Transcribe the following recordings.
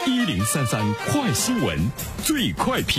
1033快新闻最快评。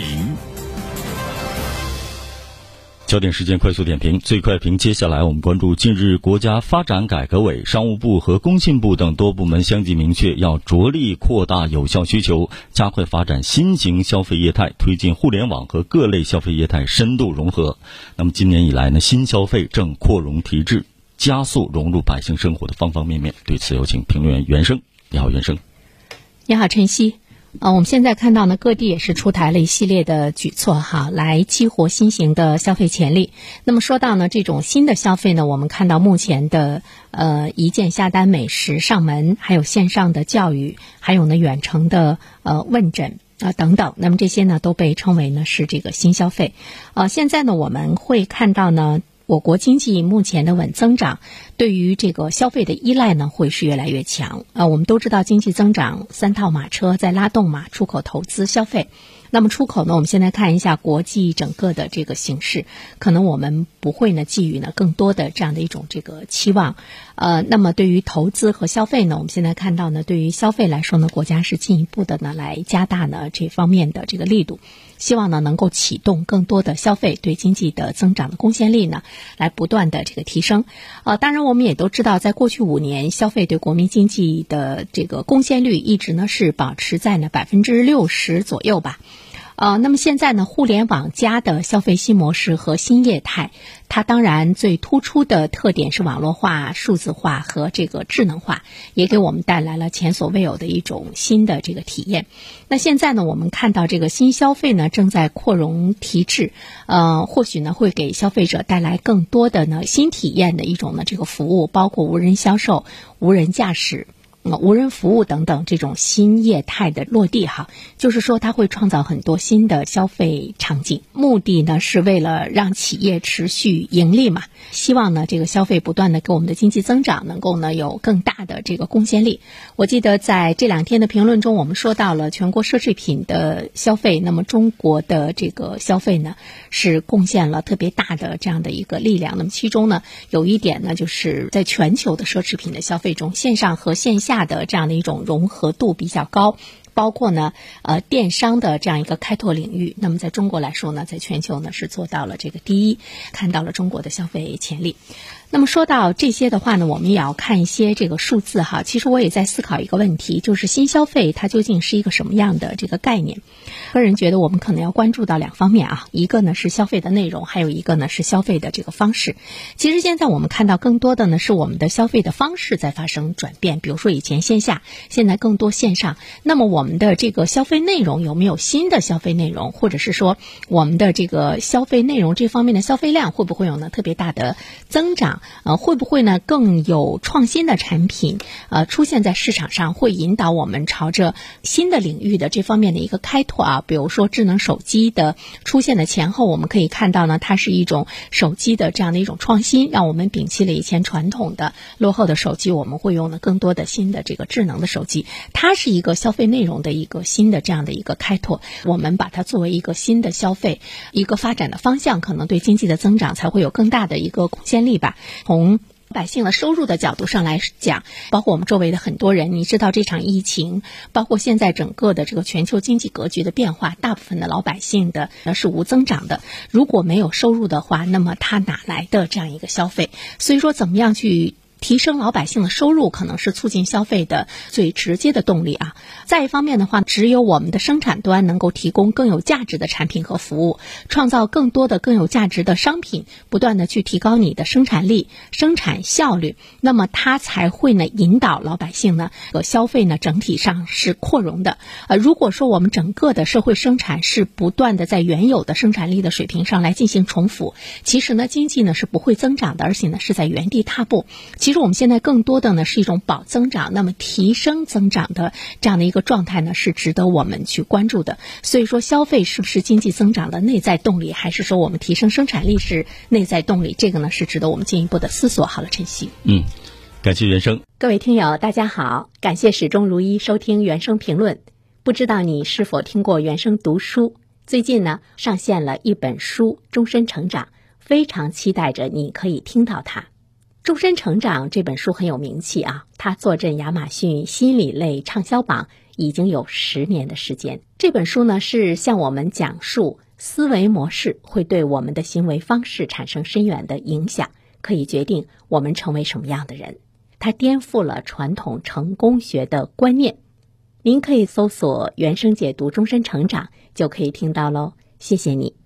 焦点时间快速点评，最快评。接下来我们关注，近日国家发展改革委、商务部和工信部等多部门相继明确，要着力扩大有效需求，加快发展新型消费业态，推进互联网和各类消费业态深度融合。那么今年以来呢，新消费正扩容提质，加速融入百姓生活的方方面面。对此有请评论员袁生。你好，袁生。 你好，晨曦。我们现在看到呢，各地也是出台了一系列的举措来激活新型的消费潜力。那么说到呢，这种新的消费呢，我们看到目前的一键下单美食上门，还有线上的教育，还有呢远程的问诊等等，那么这些呢都被称为呢是这个新消费。现在呢我们会看到呢，我国经济目前的稳增长，对于这个消费的依赖呢，会是越来越强。我们都知道，经济增长三套马车在拉动嘛，出口、投资、消费。那么出口呢，我们现在看一下国际整个的这个形势，可能我们不会呢寄予呢更多的这样的一种这个期望。那么对于投资和消费呢，我们现在看到呢，对于消费来说呢，国家是进一步的呢来加大呢这方面的这个力度，希望呢能够启动更多的消费，对经济的增长的贡献力呢来不断的这个提升。当然我们也都知道，在过去5年，消费对国民经济的这个贡献率一直呢是保持在呢60%左右吧。那么现在呢，互联网加的消费新模式和新业态，它当然最突出的特点是网络化、数字化和这个智能化，也给我们带来了前所未有的一种新的这个体验。那现在呢，我们看到这个新消费呢正在扩容提质，或许呢会给消费者带来更多的呢新体验的一种呢这个服务，包括无人销售、无人驾驶、无人服务等等这种新业态的落地就是说它会创造很多新的消费场景，目的呢是为了让企业持续盈利嘛，希望呢这个消费不断的给我们的经济增长能够呢有更大的这个贡献力。我记得在这2天的评论中，我们说到了全国奢侈品的消费，那么中国的这个消费呢是贡献了特别大的这样的一个力量。那么其中呢有一点呢，就是在全球的奢侈品的消费中，线上和线下的这样的一种融合度比较高，包括呢电商的这样一个开拓领域。那么在中国来说呢，在全球呢是做到了这个第一，看到了中国的消费潜力。那么说到这些的话呢，我们也要看一些这个数字其实我也在思考一个问题，就是新消费它究竟是一个什么样的这个概念。个人觉得我们可能要关注到2方面一个呢是消费的内容，还有一个呢是消费的这个方式。其实现在我们看到更多的呢是我们的消费的方式在发生转变，比如说以前线下，现在更多线上。那么我们的这个消费内容有没有新的消费内容，或者是说我们的这个消费内容这方面的消费量会不会有呢特别大的增长？会不会呢更有创新的产品出现在市场上，会引导我们朝着新的领域的这方面的一个开拓比如说智能手机的出现的前后，我们可以看到呢，它是一种手机的这样的一种创新，让我们摒弃了以前传统的落后的手机，我们会用呢更多的新的这个智能的手机。它是一个消费内容的一个新的这样的一个开拓，我们把它作为一个新的消费一个发展的方向，可能对经济的增长才会有更大的一个贡献力吧。从百姓的收入的角度上来讲，包括我们周围的很多人，你知道这场疫情，包括现在整个的这个全球经济格局的变化，大部分的老百姓的是无增长的。如果没有收入的话，那么他哪来的这样一个消费？所以说怎么样去提升老百姓的收入，可能是促进消费的最直接的动力再一方面的话，只有我们的生产端能够提供更有价值的产品和服务，创造更多的更有价值的商品，不断的去提高你的生产力、生产效率，那么它才会呢引导老百姓呢消费呢整体上是扩容的。如果说我们整个的社会生产是不断的在原有的生产力的水平上来进行重复，其实呢经济呢是不会增长的，而且呢是在原地踏步。其实我们现在更多的呢是一种保增长，那么提升增长的这样的一个状态呢是值得我们去关注的。所以说消费是不是经济增长的内在动力，还是说我们提升生产力是内在动力，这个呢是值得我们进一步的思索。好了，晨曦。 感谢原生。 各位听友大家好，感谢始终如一收听原生评论。不知道你是否听过原生读书，最近呢上线了一本书《终身成长》，非常期待着你可以听到它。终身成长这本书很有名气它坐镇亚马逊心理类畅销榜已经有10年的时间。这本书呢，是向我们讲述思维模式会对我们的行为方式产生深远的影响，可以决定我们成为什么样的人。它颠覆了传统成功学的观念。您可以搜索原声解读终身成长，就可以听到喽。谢谢你。